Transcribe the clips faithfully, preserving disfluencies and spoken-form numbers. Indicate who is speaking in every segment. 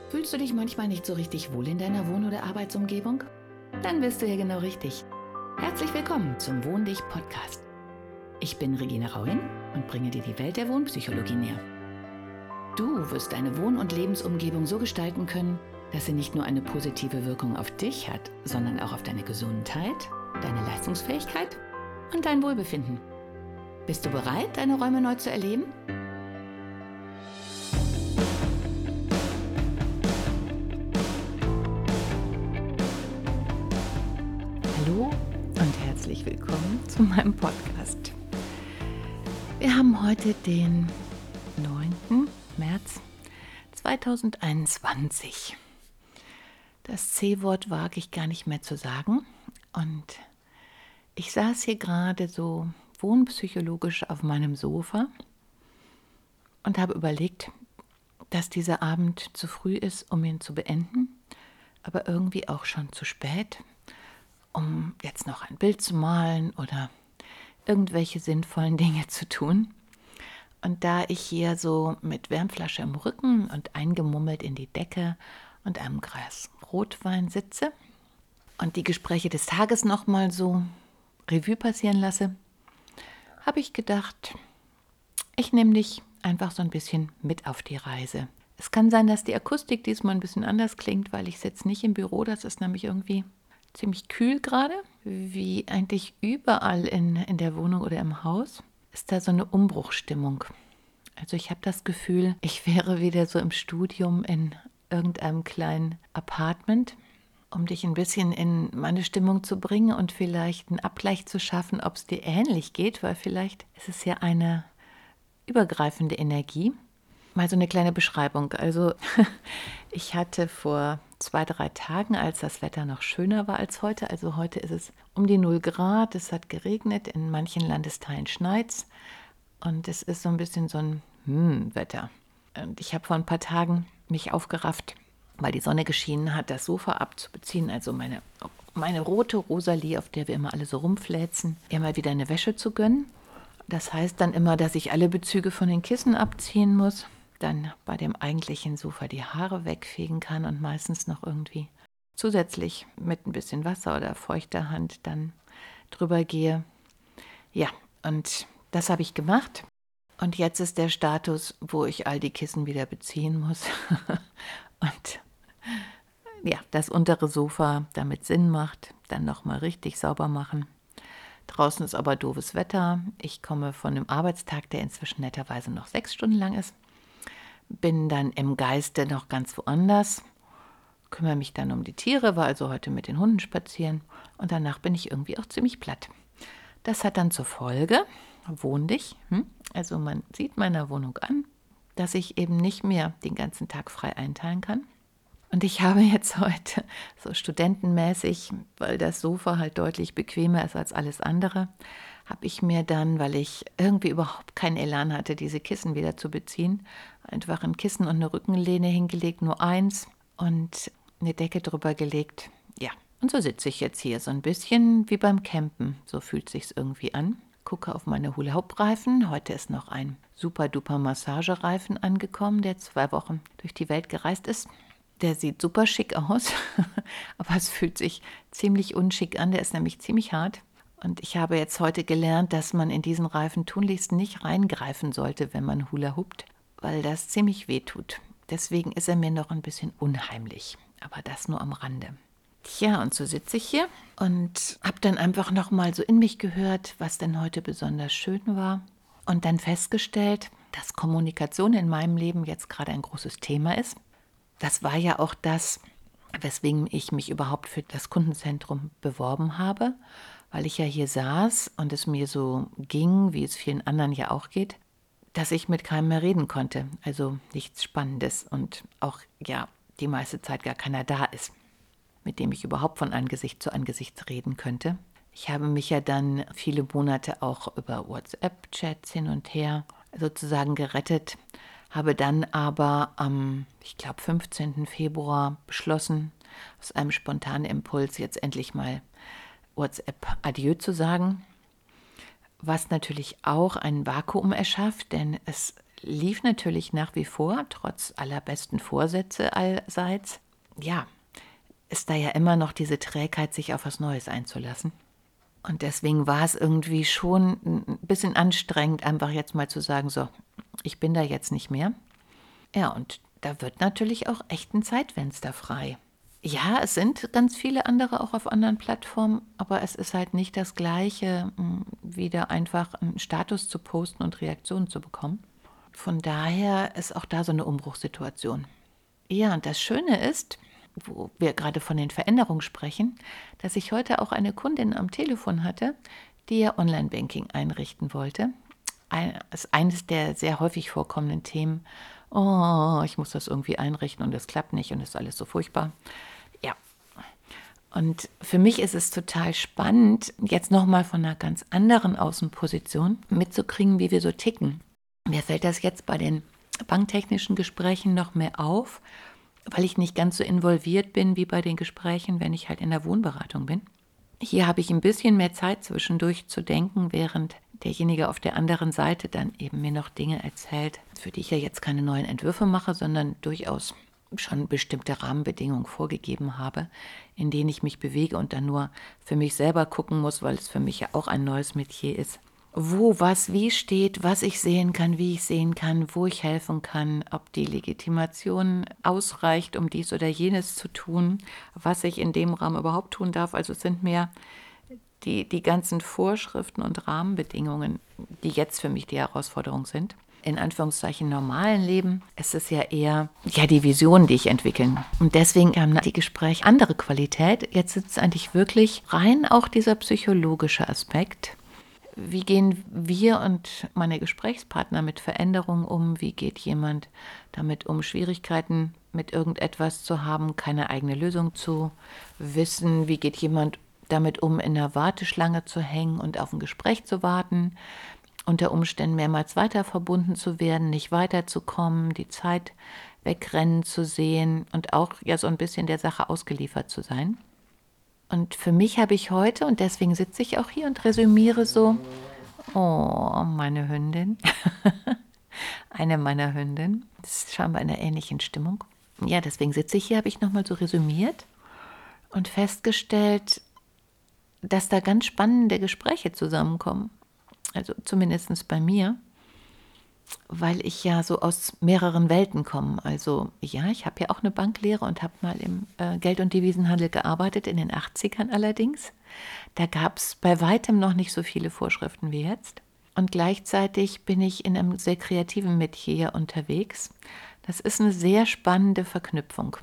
Speaker 1: Fühlst du dich manchmal nicht so richtig wohl in deiner Wohn- oder Arbeitsumgebung? Dann bist du hier genau richtig. Herzlich willkommen zum Wohndich-Podcast. Ich bin Regina Rauhin und bringe dir die Welt der Wohnpsychologie näher. Du wirst deine Wohn- und Lebensumgebung so gestalten können, dass sie nicht nur eine positive Wirkung auf dich hat, sondern auch auf deine Gesundheit, deine Leistungsfähigkeit und dein Wohlbefinden. Bist du bereit, deine Räume neu zu erleben? Hallo und herzlich willkommen zu meinem Podcast. Wir haben heute den neunten März zweitausendeinundzwanzig. Das C-Wort wage ich gar nicht mehr zu sagen. Und ich saß hier gerade so wohnpsychologisch auf meinem Sofa und habe überlegt, dass dieser Abend zu früh ist, um ihn zu beenden, aber irgendwie auch schon zu spät, um jetzt noch ein Bild zu malen oder irgendwelche sinnvollen Dinge zu tun. Und da ich hier so mit Wärmflasche im Rücken und eingemummelt in die Decke und einem Glas Rotwein sitze und die Gespräche des Tages nochmal so Revue passieren lasse, habe ich gedacht, ich nehme dich einfach so ein bisschen mit auf die Reise. Es kann sein, dass die Akustik diesmal ein bisschen anders klingt, weil ich sitze nicht im Büro, das ist nämlich irgendwie ziemlich kühl gerade, wie eigentlich überall in, in der Wohnung oder im Haus, ist da so eine Umbruchstimmung. Also ich habe das Gefühl, ich wäre wieder so im Studium in irgendeinem kleinen Apartment, um dich ein bisschen in meine Stimmung zu bringen und vielleicht einen Abgleich zu schaffen, ob es dir ähnlich geht, weil vielleicht ist es ja eine übergreifende Energie. Mal so eine kleine Beschreibung. Also ich hatte vor zwei, drei Tagen, als das Wetter noch schöner war als heute, also heute ist es um die null Grad, es hat geregnet, in manchen Landesteilen schneit's und es ist so ein bisschen so ein hm, Wetter. Und ich habe vor ein paar Tagen mich aufgerafft, weil die Sonne geschienen hat, das Sofa abzubeziehen, also meine, meine rote Rosalie, auf der wir immer alle so rumfläzen, ihr mal wieder eine Wäsche zu gönnen. Das heißt dann immer, dass ich alle Bezüge von den Kissen abziehen muss, dann bei dem eigentlichen Sofa die Haare wegfegen kann und meistens noch irgendwie zusätzlich mit ein bisschen Wasser oder feuchter Hand dann drüber gehe. Ja, und das habe ich gemacht. Und jetzt ist der Status, wo ich all die Kissen wieder beziehen muss. Und ja, das untere Sofa damit Sinn macht, dann nochmal richtig sauber machen. Draußen ist aber doofes Wetter. Ich komme von einem Arbeitstag, der inzwischen netterweise noch sechs Stunden lang ist. Bin dann im Geiste noch ganz woanders. Kümmere mich dann um die Tiere, war also heute mit den Hunden spazieren. Und danach bin ich irgendwie auch ziemlich platt. Das hat dann zur Folge, wohnlich, hm? also man sieht meiner Wohnung an, dass ich eben nicht mehr den ganzen Tag frei einteilen kann. Und ich habe jetzt heute so studentenmäßig, weil das Sofa halt deutlich bequemer ist als alles andere, habe ich mir dann, weil ich irgendwie überhaupt keinen Elan hatte, diese Kissen wieder zu beziehen, einfach ein Kissen und eine Rückenlehne hingelegt, nur eins und eine Decke drüber gelegt. Ja, und so sitze ich jetzt hier so ein bisschen wie beim Campen, so fühlt sich's irgendwie an. Gucke auf meine Hula-Hoop-Reifen. Heute ist noch ein super-duper Massagereifen angekommen, der zwei Wochen durch die Welt gereist ist. Der sieht super schick aus, aber es fühlt sich ziemlich unschick an. Der ist nämlich ziemlich hart. Und ich habe jetzt heute gelernt, dass man in diesen Reifen tunlichst nicht reingreifen sollte, wenn man Hula hoopt, weil das ziemlich weh tut. Deswegen ist er mir noch ein bisschen unheimlich. Aber das nur am Rande. Tja, und so sitze ich hier und habe dann einfach nochmal so in mich gehört, was denn heute besonders schön war. Und dann festgestellt, dass Kommunikation in meinem Leben jetzt gerade ein großes Thema ist. Das war ja auch das, weswegen ich mich überhaupt für das Kundenzentrum beworben habe, weil ich ja hier saß und es mir so ging, wie es vielen anderen ja auch geht, dass ich mit keinem mehr reden konnte. Also nichts Spannendes und auch ja die meiste Zeit gar keiner da ist, mit dem ich überhaupt von Angesicht zu Angesicht reden könnte. Ich habe mich ja dann viele Monate auch über WhatsApp-Chats hin und her sozusagen gerettet, habe dann aber am, ich glaube, fünfzehnten Februar beschlossen, aus einem spontanen Impuls jetzt endlich mal WhatsApp Adieu zu sagen, was natürlich auch ein Vakuum erschafft, denn es lief natürlich nach wie vor, trotz aller besten Vorsätze allseits. Ja, ist da ja immer noch diese Trägheit, sich auf was Neues einzulassen. Und deswegen war es irgendwie schon ein bisschen anstrengend, einfach jetzt mal zu sagen, so, ich bin da jetzt nicht mehr. Ja, und da wird natürlich auch echt ein Zeitfenster frei. Ja, es sind ganz viele andere auch auf anderen Plattformen, aber es ist halt nicht das Gleiche, m, wieder einfach einen Status zu posten und Reaktionen zu bekommen. Von daher ist auch da so eine Umbruchssituation. Ja, und das Schöne ist, wo wir gerade von den Veränderungen sprechen, dass ich heute auch eine Kundin am Telefon hatte, die ja Online-Banking einrichten wollte. Ein, ist eines der sehr häufig vorkommenden Themen. Oh, ich muss das irgendwie einrichten und es klappt nicht und es ist alles so furchtbar. Ja, und für mich ist es total spannend, jetzt nochmal von einer ganz anderen Außenposition mitzukriegen, wie wir so ticken. Mir fällt das jetzt bei den banktechnischen Gesprächen noch mehr auf, weil ich nicht ganz so involviert bin wie bei den Gesprächen, wenn ich halt in der Wohnberatung bin. Hier habe ich ein bisschen mehr Zeit zwischendurch zu denken, während derjenige auf der anderen Seite dann eben mir noch Dinge erzählt, für die ich ja jetzt keine neuen Entwürfe mache, sondern durchaus schon bestimmte Rahmenbedingungen vorgegeben habe, in denen ich mich bewege und dann nur für mich selber gucken muss, weil es für mich ja auch ein neues Metier ist, wo was wie steht, was ich sehen kann, wie ich sehen kann, wo ich helfen kann, ob die Legitimation ausreicht, um dies oder jenes zu tun, was ich in dem Rahmen überhaupt tun darf. Also es sind mehr die, die ganzen Vorschriften und Rahmenbedingungen, die jetzt für mich die Herausforderung sind. In Anführungszeichen normalen Leben ist es ja eher ja, die Vision, die ich entwickeln. Und deswegen haben die Gespräche andere Qualität. Jetzt ist es eigentlich wirklich rein auch dieser psychologische Aspekt. Wie gehen wir und meine Gesprächspartner mit Veränderungen um? Wie geht jemand damit um, Schwierigkeiten mit irgendetwas zu haben, keine eigene Lösung zu wissen? Wie geht jemand damit um, in der Warteschlange zu hängen und auf ein Gespräch zu warten? Unter Umständen mehrmals weiter verbunden zu werden, nicht weiterzukommen, die Zeit wegrennen zu sehen und auch ja so ein bisschen der Sache ausgeliefert zu sein. Und für mich habe ich heute, und deswegen sitze ich auch hier und resümiere so, oh, meine Hündin, eine meiner Hündinnen, das ist scheinbar in einer ähnlichen Stimmung. Ja, deswegen sitze ich hier, habe ich nochmal so resümiert und festgestellt, dass da ganz spannende Gespräche zusammenkommen. Also zumindest bei mir, weil ich ja so aus mehreren Welten komme. Also ja, ich habe ja auch eine Banklehre und habe mal im äh, Geld- und Devisenhandel gearbeitet, in den achtzigern allerdings. Da gab es bei weitem noch nicht so viele Vorschriften wie jetzt. Und gleichzeitig bin ich in einem sehr kreativen Metier unterwegs. Das ist eine sehr spannende Verknüpfung.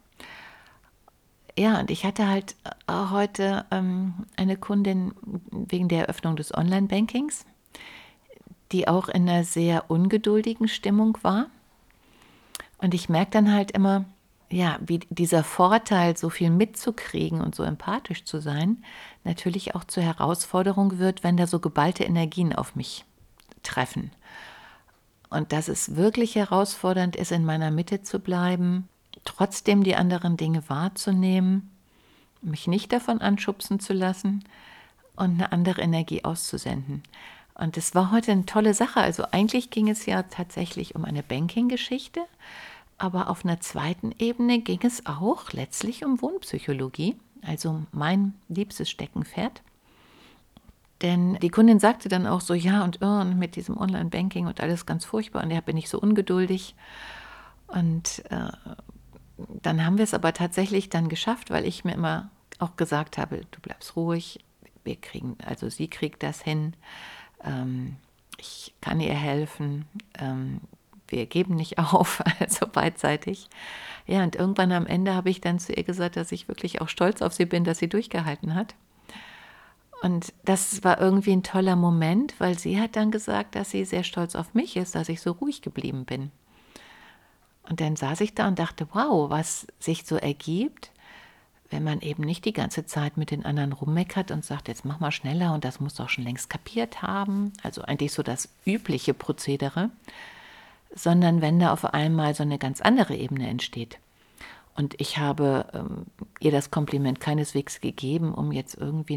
Speaker 1: Ja, und ich hatte halt äh, heute ähm, eine Kundin wegen der Eröffnung des Online-Bankings, die auch in einer sehr ungeduldigen Stimmung war. Und ich merke dann halt immer, ja, wie dieser Vorteil, so viel mitzukriegen und so empathisch zu sein, natürlich auch zur Herausforderung wird, wenn da so geballte Energien auf mich treffen. Und dass es wirklich herausfordernd ist, in meiner Mitte zu bleiben, trotzdem die anderen Dinge wahrzunehmen, mich nicht davon anschubsen zu lassen und eine andere Energie auszusenden. Und es war heute eine tolle Sache. Also eigentlich ging es ja tatsächlich um eine Banking-Geschichte, aber auf einer zweiten Ebene ging es auch letztlich um Wohnpsychologie, also mein liebstes Steckenpferd. Denn die Kundin sagte dann auch so, ja und, oh, und mit diesem Online-Banking und alles ganz furchtbar und da bin ich so ungeduldig. Und äh, dann haben wir es aber tatsächlich dann geschafft, weil ich mir immer auch gesagt habe, du bleibst ruhig, wir kriegen, also sie kriegt das hin. Ich kann ihr helfen, wir geben nicht auf, also beidseitig. Ja, und irgendwann am Ende habe ich dann zu ihr gesagt, dass ich wirklich auch stolz auf sie bin, dass sie durchgehalten hat. Und das war irgendwie ein toller Moment, weil sie hat dann gesagt, dass sie sehr stolz auf mich ist, dass ich so ruhig geblieben bin. Und dann saß ich da und dachte, wow, was sich so ergibt, wenn man eben nicht die ganze Zeit mit den anderen rummeckert und sagt, jetzt mach mal schneller und das muss doch schon längst kapiert haben. Also eigentlich so das übliche Prozedere, sondern wenn da auf einmal so eine ganz andere Ebene entsteht. Und ich habe ähm, ihr das Kompliment keineswegs gegeben, um jetzt irgendwie eine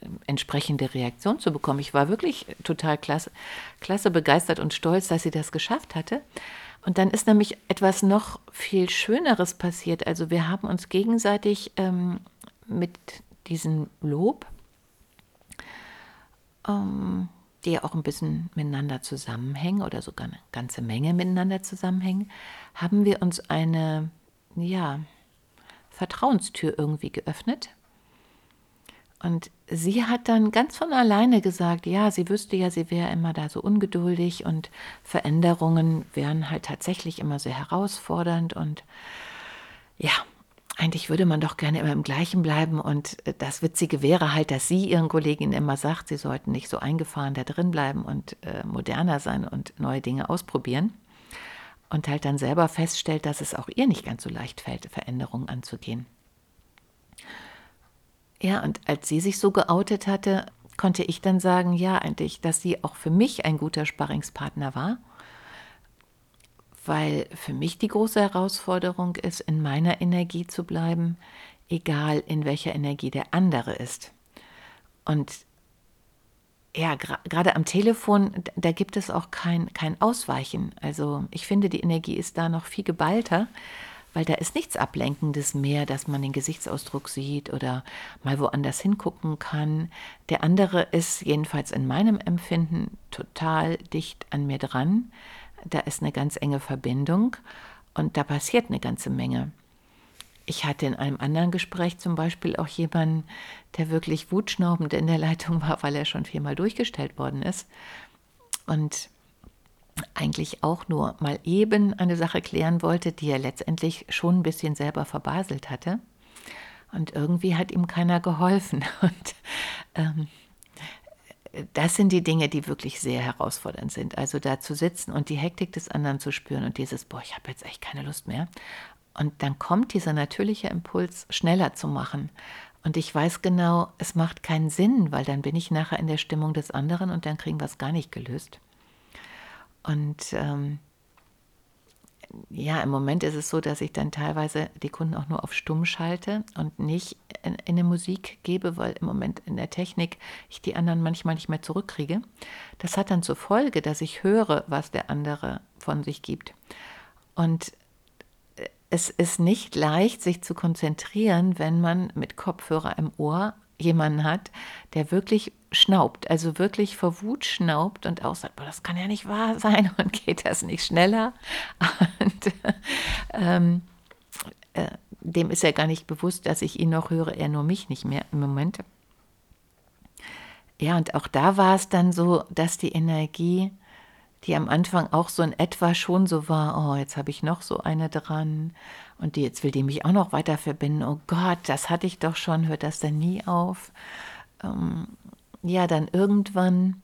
Speaker 1: entsprechende Reaktion zu bekommen. Ich war wirklich total klasse, klasse begeistert und stolz, dass sie das geschafft hatte. Und dann ist nämlich etwas noch viel Schöneres passiert. Also wir haben uns gegenseitig ähm, mit diesem Lob, ähm, die ja auch ein bisschen miteinander zusammenhängen oder sogar eine ganze Menge miteinander zusammenhängen, haben wir uns eine, ja, Vertrauenstür irgendwie geöffnet. Und sie hat dann ganz von alleine gesagt, ja, sie wüsste ja, sie wäre immer da so ungeduldig und Veränderungen wären halt tatsächlich immer sehr herausfordernd und ja, eigentlich würde man doch gerne immer im Gleichen bleiben und das Witzige wäre halt, dass sie ihren Kolleginnen immer sagt, sie sollten nicht so eingefahren da drin bleiben und äh, moderner sein und neue Dinge ausprobieren und halt dann selber feststellt, dass es auch ihr nicht ganz so leicht fällt, Veränderungen anzugehen. Ja, und als sie sich so geoutet hatte, konnte ich dann sagen, ja, eigentlich, dass sie auch für mich ein guter Sparringspartner war, weil für mich die große Herausforderung ist, in meiner Energie zu bleiben, egal in welcher Energie der andere ist. Und ja, gra- gerade am Telefon, d- da gibt es auch kein, kein Ausweichen. Also ich finde, die Energie ist da noch viel geballter, weil da ist nichts Ablenkendes mehr, dass man den Gesichtsausdruck sieht oder mal woanders hingucken kann. Der andere ist jedenfalls in meinem Empfinden total dicht an mir dran. Da ist eine ganz enge Verbindung und da passiert eine ganze Menge. Ich hatte in einem anderen Gespräch zum Beispiel auch jemanden, der wirklich wutschnaubend in der Leitung war, weil er schon viermal durchgestellt worden ist und eigentlich auch nur mal eben eine Sache klären wollte, die er letztendlich schon ein bisschen selber verbaselt hatte. Und irgendwie hat ihm keiner geholfen. Und ähm, das sind die Dinge, die wirklich sehr herausfordernd sind. Also da zu sitzen und die Hektik des anderen zu spüren und dieses, boah, ich habe jetzt echt keine Lust mehr. Und dann kommt dieser natürliche Impuls, schneller zu machen. Und ich weiß genau, es macht keinen Sinn, weil dann bin ich nachher in der Stimmung des anderen und dann kriegen wir es gar nicht gelöst. Und ähm, ja, im Moment ist es so, dass ich dann teilweise die Kunden auch nur auf Stumm schalte und nicht in, in eine Musik gebe, weil im Moment in der Technik ich die anderen manchmal nicht mehr zurückkriege. Das hat dann zur Folge, dass ich höre, was der andere von sich gibt. Und es ist nicht leicht, sich zu konzentrieren, wenn man mit Kopfhörer im Ohr jemanden hat, der wirklich schnaubt, also wirklich vor Wut schnaubt und auch sagt, boah, das kann ja nicht wahr sein und geht das nicht schneller? Und ähm, äh, dem ist ja gar nicht bewusst, dass ich ihn noch höre, er nur mich nicht mehr im Moment. Ja, und auch da war es dann so, dass die Energie, die am Anfang auch so in etwa schon so war, oh, jetzt habe ich noch so eine dran und die, jetzt will die mich auch noch weiter verbinden. Oh Gott, das hatte ich doch schon, hört das denn nie auf? Ähm, ja, dann irgendwann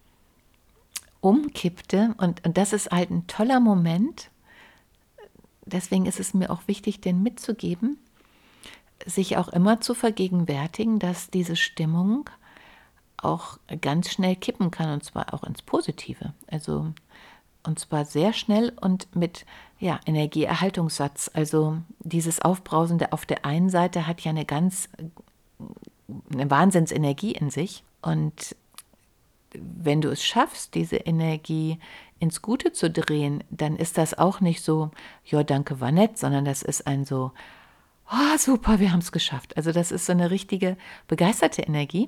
Speaker 1: umkippte und, und das ist halt ein toller Moment. Deswegen ist es mir auch wichtig, den mitzugeben, sich auch immer zu vergegenwärtigen, dass diese Stimmung auch ganz schnell kippen kann und zwar auch ins Positive. Also und zwar sehr schnell und mit ja, Energieerhaltungssatz. Also dieses Aufbrausende auf der einen Seite hat ja eine ganz eine Wahnsinnsenergie in sich. Und wenn du es schaffst, diese Energie ins Gute zu drehen, dann ist das auch nicht so, ja, danke, war nett, sondern das ist ein so, oh, super, wir haben es geschafft. Also das ist so eine richtige begeisterte Energie.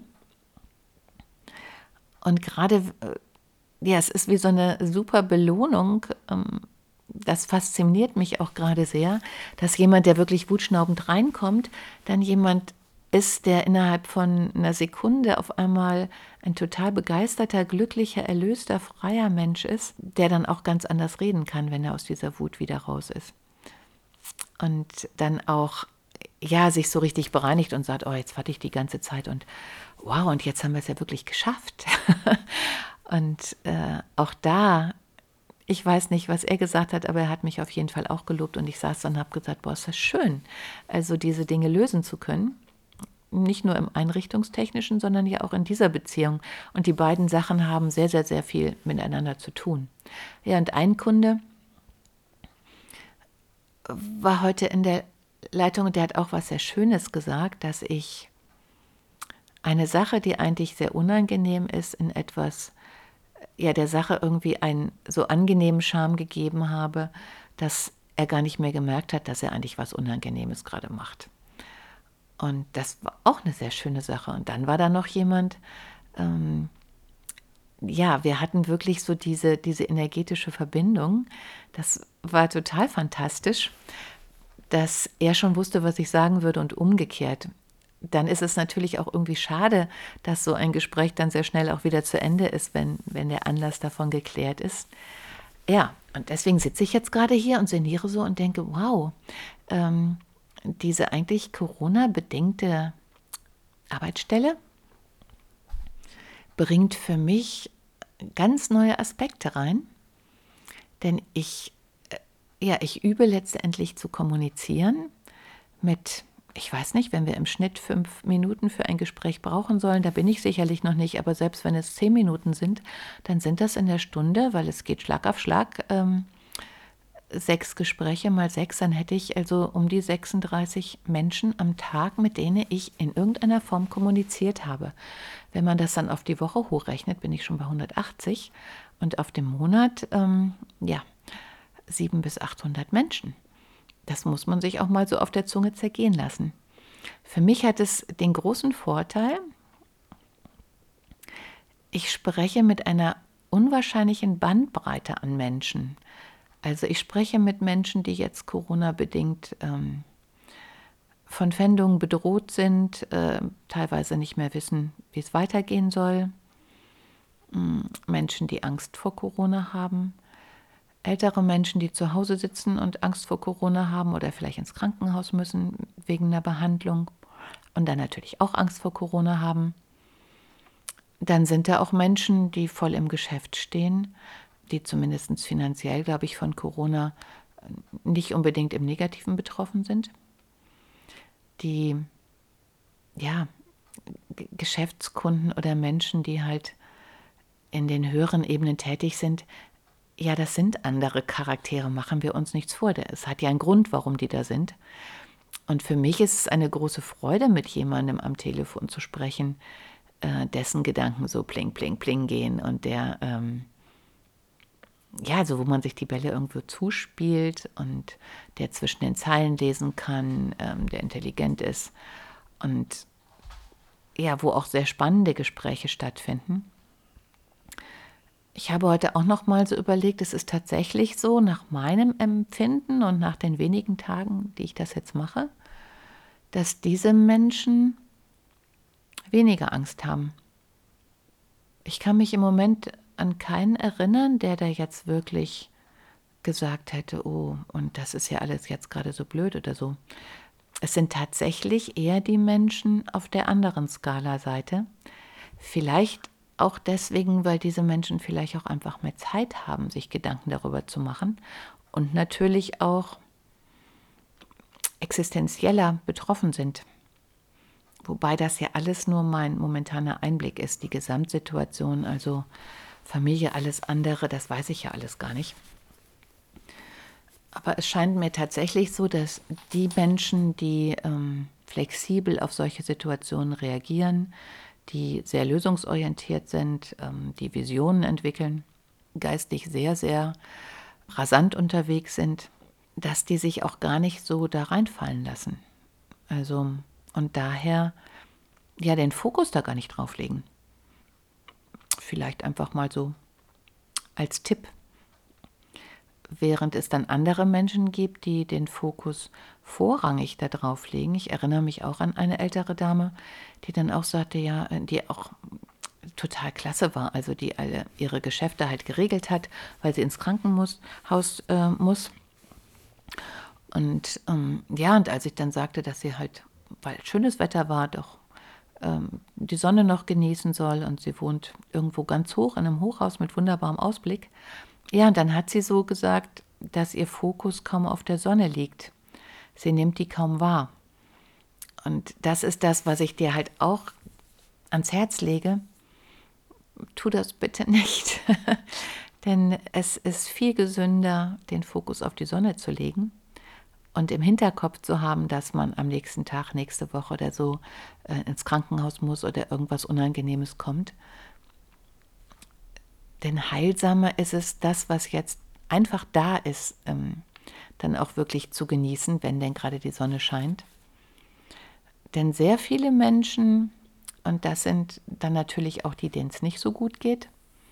Speaker 1: Und gerade ja, es ist wie so eine super Belohnung. Das fasziniert mich auch gerade sehr, dass jemand, der wirklich wutschnaubend reinkommt, dann jemand ist, der innerhalb von einer Sekunde auf einmal ein total begeisterter, glücklicher, erlöster, freier Mensch ist, der dann auch ganz anders reden kann, wenn er aus dieser Wut wieder raus ist. Und dann auch, ja, sich so richtig bereinigt und sagt, oh, jetzt warte ich die ganze Zeit und wow, und jetzt haben wir es ja wirklich geschafft. Und äh, auch da, ich weiß nicht, was er gesagt hat, aber er hat mich auf jeden Fall auch gelobt und ich saß dann und habe gesagt, boah, ist das schön, also diese Dinge lösen zu können. Nicht nur im Einrichtungstechnischen, sondern ja auch in dieser Beziehung. Und die beiden Sachen haben sehr, sehr, sehr viel miteinander zu tun. Ja, und ein Kunde war heute in der Leitung und der hat auch was sehr Schönes gesagt, dass ich eine Sache, die eigentlich sehr unangenehm ist, in etwas, ja, der Sache irgendwie einen so angenehmen Charme gegeben habe, dass er gar nicht mehr gemerkt hat, dass er eigentlich was Unangenehmes gerade macht. Und das war auch eine sehr schöne Sache. Und dann war da noch jemand, ähm, ja, wir hatten wirklich so diese, diese energetische Verbindung. Das war total fantastisch, dass er schon wusste, was ich sagen würde und umgekehrt. Dann ist es natürlich auch irgendwie schade, dass so ein Gespräch dann sehr schnell auch wieder zu Ende ist, wenn, wenn der Anlass davon geklärt ist. Ja, und deswegen sitze ich jetzt gerade hier und sinniere so und denke, wow, ähm, diese eigentlich Corona-bedingte Arbeitsstelle bringt für mich ganz neue Aspekte rein, denn ich, äh, ja, ich übe letztendlich zu kommunizieren mit, ich weiß nicht, wenn wir im Schnitt fünf Minuten für ein Gespräch brauchen sollen, da bin ich sicherlich noch nicht, aber selbst wenn es zehn Minuten sind, dann sind das in der Stunde, weil es geht Schlag auf Schlag, ähm, sechs Gespräche mal sechs, dann hätte ich also um die sechsunddreißig Menschen am Tag, mit denen ich in irgendeiner Form kommuniziert habe. Wenn man das dann auf die Woche hochrechnet, bin ich schon bei hundertachtzig und auf dem Monat, ähm, ja, siebenhundert bis achthundert Menschen. Das muss man sich auch mal so auf der Zunge zergehen lassen. Für mich hat es den großen Vorteil, ich spreche mit einer unwahrscheinlichen Bandbreite an Menschen. Also ich spreche mit Menschen, die jetzt Corona-bedingt ähm, von Pfändungen bedroht sind, äh, teilweise nicht mehr wissen, wie es weitergehen soll. Ähm, Menschen, die Angst vor Corona haben. Ältere Menschen, die zu Hause sitzen und Angst vor Corona haben oder vielleicht ins Krankenhaus müssen wegen einer Behandlung und dann natürlich auch Angst vor Corona haben. Dann sind da auch Menschen, die voll im Geschäft stehen, die zumindest finanziell, glaube ich, von Corona nicht unbedingt im Negativen betroffen sind, die, ja, G- Geschäftskunden oder Menschen, die halt in den höheren Ebenen tätig sind, ja, das sind andere Charaktere, machen wir uns nichts vor. Es hat ja einen Grund, warum die da sind. Und für mich ist es eine große Freude, mit jemandem am Telefon zu sprechen, äh, dessen Gedanken so pling, pling, pling gehen und der, ähm, ja, so wo man sich die Bälle irgendwo zuspielt und der zwischen den Zeilen lesen kann, ähm, der intelligent ist und ja, wo auch sehr spannende Gespräche stattfinden. Ich habe heute auch noch mal so überlegt, es ist tatsächlich so, nach meinem Empfinden und nach den wenigen Tagen, die ich das jetzt mache, dass diese Menschen weniger Angst haben. Ich kann mich im Moment an keinen erinnern, der da jetzt wirklich gesagt hätte, oh, und das ist ja alles jetzt gerade so blöd oder so. Es sind tatsächlich eher die Menschen auf der anderen Skala-Seite. Vielleicht auch deswegen, weil diese Menschen vielleicht auch einfach mehr Zeit haben, sich Gedanken darüber zu machen und natürlich auch existenzieller betroffen sind. Wobei das ja alles nur mein momentaner Einblick ist, die Gesamtsituation, also Familie, alles andere, das weiß ich ja alles gar nicht. Aber es scheint mir tatsächlich so, dass die Menschen, die ähm, flexibel auf solche Situationen reagieren, die sehr lösungsorientiert sind, ähm, die Visionen entwickeln, geistig sehr, sehr rasant unterwegs sind, dass die sich auch gar nicht so da reinfallen lassen. Also, und daher ja den Fokus da gar nicht drauf legen. Vielleicht einfach mal so als Tipp. Während es dann andere Menschen gibt, die den Fokus vorrangig da drauf legen. Ich erinnere mich auch an eine ältere Dame, die dann auch sagte, ja, die auch total klasse war, also die alle ihre Geschäfte halt geregelt hat, weil sie ins Krankenhaus äh, muss. Und ähm, ja, und als ich dann sagte, dass sie halt, weil schönes Wetter war, doch ähm, die Sonne noch genießen soll und sie wohnt irgendwo ganz hoch in einem Hochhaus mit wunderbarem Ausblick. Ja, und dann hat sie so gesagt, dass ihr Fokus kaum auf der Sonne liegt. Sie nimmt die kaum wahr. Und das ist das, was ich dir halt auch ans Herz lege. Tu das bitte nicht. Denn es ist viel gesünder, den Fokus auf die Sonne zu legen und im Hinterkopf zu haben, dass man am nächsten Tag, nächste Woche oder so äh, ins Krankenhaus muss oder irgendwas Unangenehmes kommt. Denn heilsamer ist es, das, was jetzt einfach da ist, ähm, dann auch wirklich zu genießen, wenn denn gerade die Sonne scheint. Denn sehr viele Menschen, und das sind dann natürlich auch die, denen es nicht so gut geht,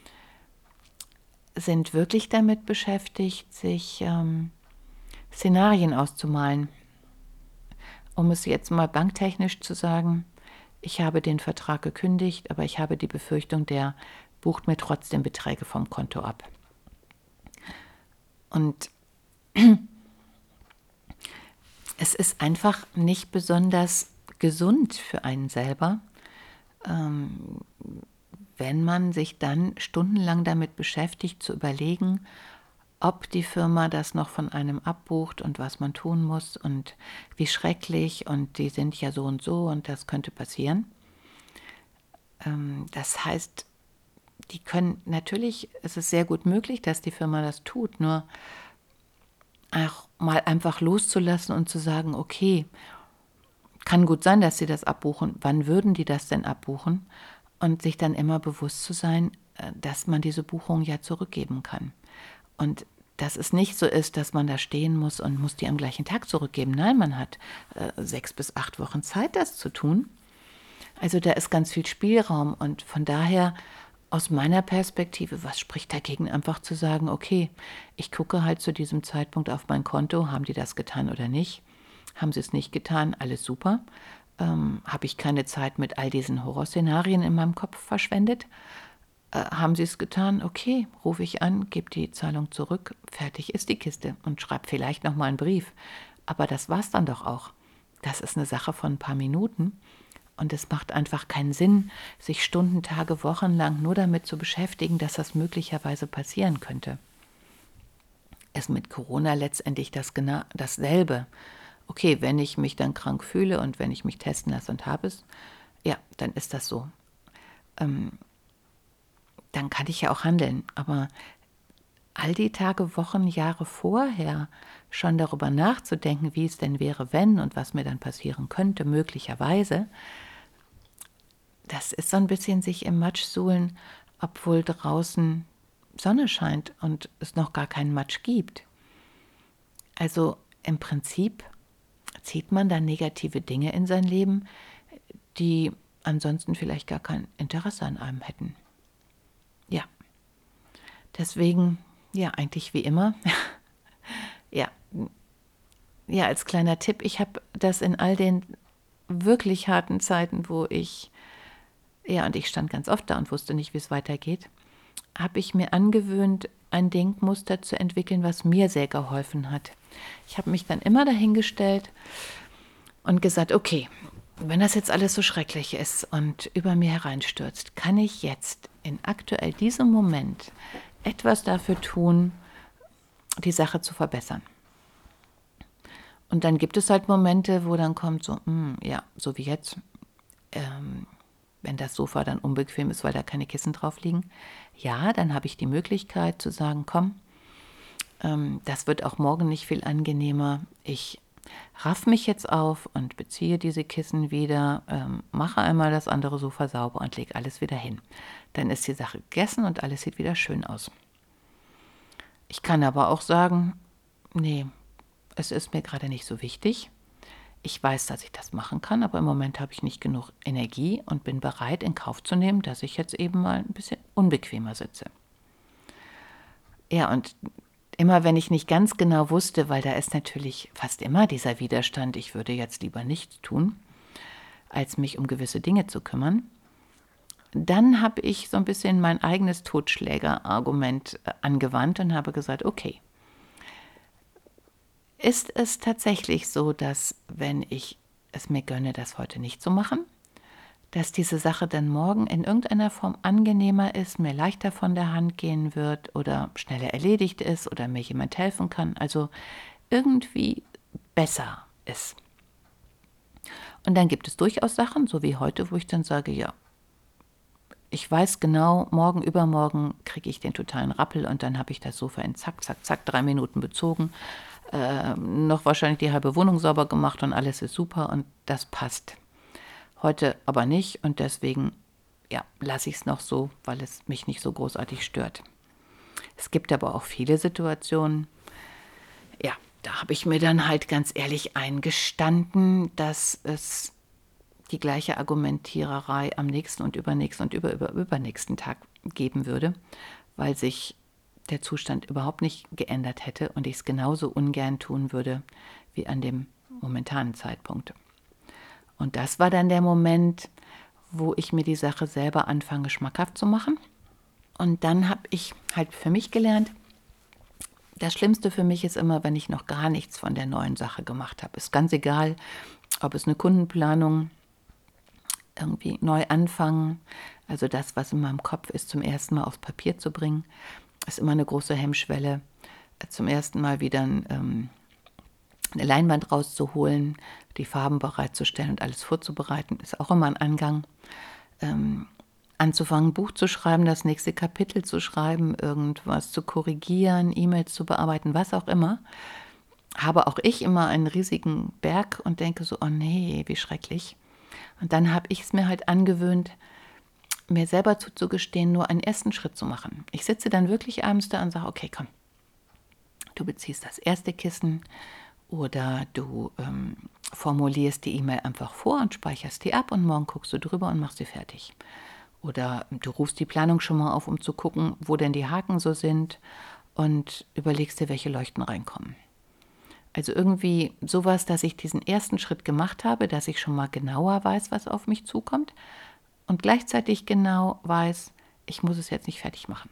Speaker 1: sind wirklich damit beschäftigt, sich ähm, Szenarien auszumalen. Um es jetzt mal banktechnisch zu sagen, ich habe den Vertrag gekündigt, aber ich habe die Befürchtung, der bucht mir trotzdem Beträge vom Konto ab. Und es ist einfach nicht besonders gesund für einen selber, ähm, wenn man sich dann stundenlang damit beschäftigt, zu überlegen, ob die Firma das noch von einem abbucht und was man tun muss und wie schrecklich und die sind ja so und so und das könnte passieren. Ähm, das heißt, die können natürlich, es ist sehr gut möglich, dass die Firma das tut, nur auch mal einfach loszulassen und zu sagen, okay, kann gut sein, dass sie das abbuchen. Wann würden die das denn abbuchen? Und sich dann immer bewusst zu sein, dass man diese Buchung ja zurückgeben kann. Und dass es nicht so ist, dass man da stehen muss und muss die am gleichen Tag zurückgeben. Nein, man hat äh, sechs bis acht Wochen Zeit, das zu tun. Also da ist ganz viel Spielraum und von daher aus meiner Perspektive, was spricht dagegen, einfach zu sagen, okay, ich gucke halt zu diesem Zeitpunkt auf mein Konto, haben die das getan oder nicht? Haben sie es nicht getan? Alles super. Ähm, habe ich keine Zeit mit all diesen Horrorszenarien in meinem Kopf verschwendet? Äh, haben sie es getan? Okay, rufe ich an, gebe die Zahlung zurück, fertig ist die Kiste und schreibe vielleicht nochmal einen Brief. Aber das war's dann doch auch. Das ist eine Sache von ein paar Minuten. Und es macht einfach keinen Sinn, sich Stunden, Tage, Wochen lang nur damit zu beschäftigen, dass das möglicherweise passieren könnte. Es ist mit Corona letztendlich das genau dasselbe. Okay, wenn ich mich dann krank fühle und wenn ich mich testen lasse und habe es, ja, dann ist das so. Ähm, dann kann ich ja auch handeln. Aber all die Tage, Wochen, Jahre vorher schon darüber nachzudenken, wie es denn wäre, wenn und was mir dann passieren könnte, möglicherweise, das ist so ein bisschen sich im Matsch suhlen, obwohl draußen Sonne scheint und es noch gar keinen Matsch gibt. Also im Prinzip zieht man dann negative Dinge in sein Leben, die ansonsten vielleicht gar kein Interesse an einem hätten. Ja, deswegen, ja, eigentlich wie immer. ja, ja, als kleiner Tipp, ich habe das in all den wirklich harten Zeiten, wo ich, ja, und ich stand ganz oft da und wusste nicht, wie es weitergeht, habe ich mir angewöhnt, ein Denkmuster zu entwickeln, was mir sehr geholfen hat. Ich habe mich dann immer dahingestellt und gesagt, okay, wenn das jetzt alles so schrecklich ist und über mir hereinstürzt, kann ich jetzt in aktuell diesem Moment etwas dafür tun, die Sache zu verbessern. Und dann gibt es halt Momente, wo dann kommt so, mh, ja, so wie jetzt, ähm, wenn das Sofa dann unbequem ist, weil da keine Kissen drauf liegen, ja, dann habe ich die Möglichkeit zu sagen, komm, ähm, das wird auch morgen nicht viel angenehmer. Ich raff mich jetzt auf und beziehe diese Kissen wieder, ähm, mache einmal das andere Sofa sauber und lege alles wieder hin. Dann ist die Sache gegessen und alles sieht wieder schön aus. Ich kann aber auch sagen, nee, es ist mir gerade nicht so wichtig. Ich weiß, dass ich das machen kann, aber im Moment habe ich nicht genug Energie und bin bereit, in Kauf zu nehmen, dass ich jetzt eben mal ein bisschen unbequemer sitze. Ja, und immer wenn ich nicht ganz genau wusste, weil da ist natürlich fast immer dieser Widerstand, ich würde jetzt lieber nichts tun, als mich um gewisse Dinge zu kümmern, dann habe ich so ein bisschen mein eigenes Totschlägerargument angewandt und habe gesagt, okay, ist es tatsächlich so, dass wenn ich es mir gönne, das heute nicht zu machen, dass diese Sache dann morgen in irgendeiner Form angenehmer ist, mir leichter von der Hand gehen wird oder schneller erledigt ist oder mir jemand helfen kann, also irgendwie besser ist. Und dann gibt es durchaus Sachen, so wie heute, wo ich dann sage, ja, ich weiß genau, morgen, übermorgen kriege ich den totalen Rappel und dann habe ich das Sofa in zack, zack, zack, drei Minuten bezogen, äh, noch wahrscheinlich die halbe Wohnung sauber gemacht und alles ist super und das passt. Heute aber nicht und deswegen ja, lasse ich es noch so, weil es mich nicht so großartig stört. Es gibt aber auch viele Situationen, ja, da habe ich mir dann halt ganz ehrlich eingestanden, dass es die gleiche Argumentiererei am nächsten und übernächsten und über, über, übernächsten Tag geben würde, weil sich der Zustand überhaupt nicht geändert hätte und ich es genauso ungern tun würde wie an dem momentanen Zeitpunkt. Und das war dann der Moment, wo ich mir die Sache selber anfange, schmackhaft zu machen. Und dann habe ich halt für mich gelernt, das Schlimmste für mich ist immer, wenn ich noch gar nichts von der neuen Sache gemacht habe. Ist ganz egal, ob es eine Kundenplanung, irgendwie neu anfangen, also das, was in meinem Kopf ist, zum ersten Mal aufs Papier zu bringen, ist immer eine große Hemmschwelle. Zum ersten Mal wieder ein, ähm, eine Leinwand rauszuholen, die Farben bereitzustellen und alles vorzubereiten, ist auch immer ein Angang. Ähm, anzufangen, ein Buch zu schreiben, das nächste Kapitel zu schreiben, irgendwas zu korrigieren, E-Mails zu bearbeiten, was auch immer, habe auch ich immer einen riesigen Berg und denke so, oh nee, wie schrecklich. Und dann habe ich es mir halt angewöhnt, mir selber zuzugestehen, nur einen ersten Schritt zu machen. Ich sitze dann wirklich abends da und sage, okay, komm, du beziehst das erste Kissen oder du ähm, formulierst die E-Mail einfach vor und speicherst die ab und morgen guckst du drüber und machst sie fertig. Oder du rufst die Planung schon mal auf, um zu gucken, wo denn die Haken so sind und überlegst dir, welche Leuchten reinkommen. Also irgendwie sowas, dass ich diesen ersten Schritt gemacht habe, dass ich schon mal genauer weiß, was auf mich zukommt und gleichzeitig genau weiß, ich muss es jetzt nicht fertig machen.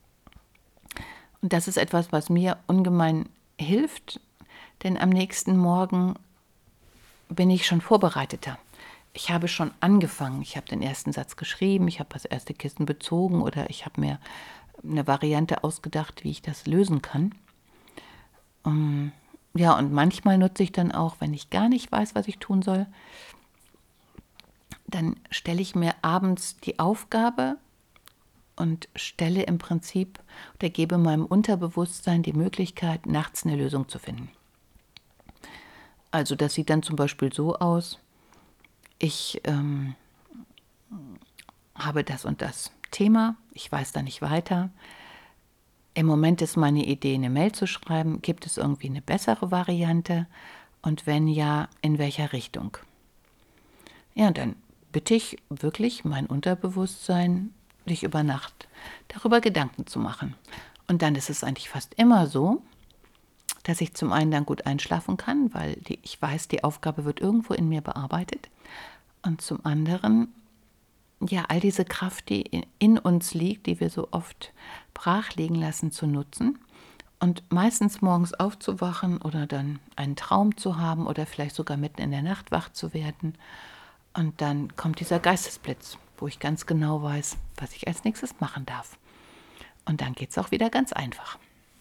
Speaker 1: Und das ist etwas, was mir ungemein hilft, denn am nächsten Morgen bin ich schon vorbereiteter. Ich habe schon angefangen, ich habe den ersten Satz geschrieben, ich habe das erste Kissen bezogen oder ich habe mir eine Variante ausgedacht, wie ich das lösen kann. Um, ja, und manchmal nutze ich dann auch, wenn ich gar nicht weiß, was ich tun soll, dann stelle ich mir abends die Aufgabe und stelle im Prinzip oder gebe meinem Unterbewusstsein die Möglichkeit, nachts eine Lösung zu finden. Also das sieht dann zum Beispiel so aus, ich ähm, habe das und das Thema, ich weiß da nicht weiter. Im Moment ist meine Idee, eine Mail zu schreiben. Gibt es irgendwie eine bessere Variante? Und wenn ja, in welcher Richtung? Ja, und dann bitte ich wirklich mein Unterbewusstsein, sich über Nacht darüber Gedanken zu machen. Und dann ist es eigentlich fast immer so, dass ich zum einen dann gut einschlafen kann, weil die, ich weiß, die Aufgabe wird irgendwo in mir bearbeitet. Und zum anderen, ja, all diese Kraft, die in, in uns liegt, die wir so oft brach liegen lassen, zu nutzen und meistens morgens aufzuwachen oder dann einen Traum zu haben oder vielleicht sogar mitten in der Nacht wach zu werden. Und dann kommt dieser Geistesblitz, wo ich ganz genau weiß, was ich als nächstes machen darf. Und dann geht es auch wieder ganz einfach.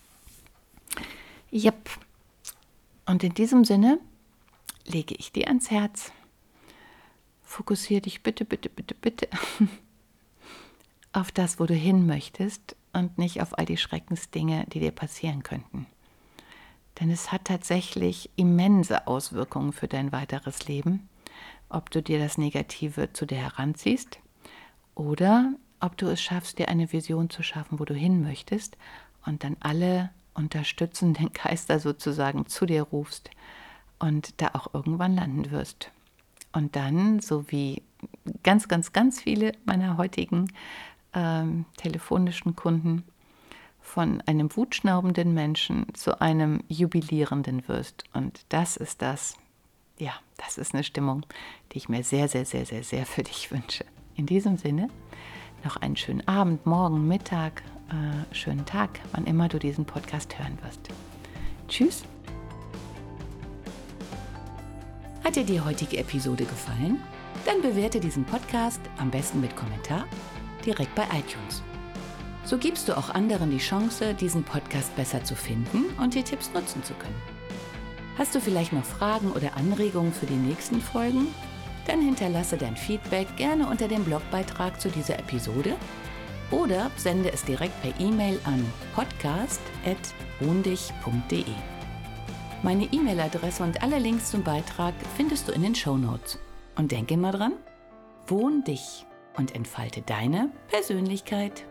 Speaker 1: Jep. Und in diesem Sinne lege ich dir ans Herz. Fokussiere dich bitte, bitte, bitte, bitte auf das, wo du hin möchtest und nicht auf all die Schreckensdinge, die dir passieren könnten. Denn es hat tatsächlich immense Auswirkungen für dein weiteres Leben, ob du dir das Negative zu dir heranziehst oder ob du es schaffst, dir eine Vision zu schaffen, wo du hin möchtest und dann alle unterstützenden Geister sozusagen zu dir rufst und da auch irgendwann landen wirst. Und dann, so wie ganz, ganz, ganz viele meiner heutigen ähm, telefonischen Kunden, von einem wutschnaubenden Menschen zu einem jubilierenden wirst. Und das ist das, ja, das ist eine Stimmung, die ich mir sehr, sehr, sehr, sehr, sehr für dich wünsche. In diesem Sinne, noch einen schönen Abend, Morgen, Mittag, äh, schönen Tag, wann immer du diesen Podcast hören wirst. Tschüss. Hat dir die heutige Episode gefallen? Dann bewerte diesen Podcast am besten mit Kommentar direkt bei iTunes. So gibst du auch anderen die Chance, diesen Podcast besser zu finden und die Tipps nutzen zu können. Hast du vielleicht noch Fragen oder Anregungen für die nächsten Folgen? Dann hinterlasse dein Feedback gerne unter dem Blogbeitrag zu dieser Episode oder sende es direkt per E-Mail an podcast at wohndich punkt de. Meine E-Mail-Adresse und alle Links zum Beitrag findest du in den Shownotes. Und denk immer dran, wohn dich und entfalte deine Persönlichkeit.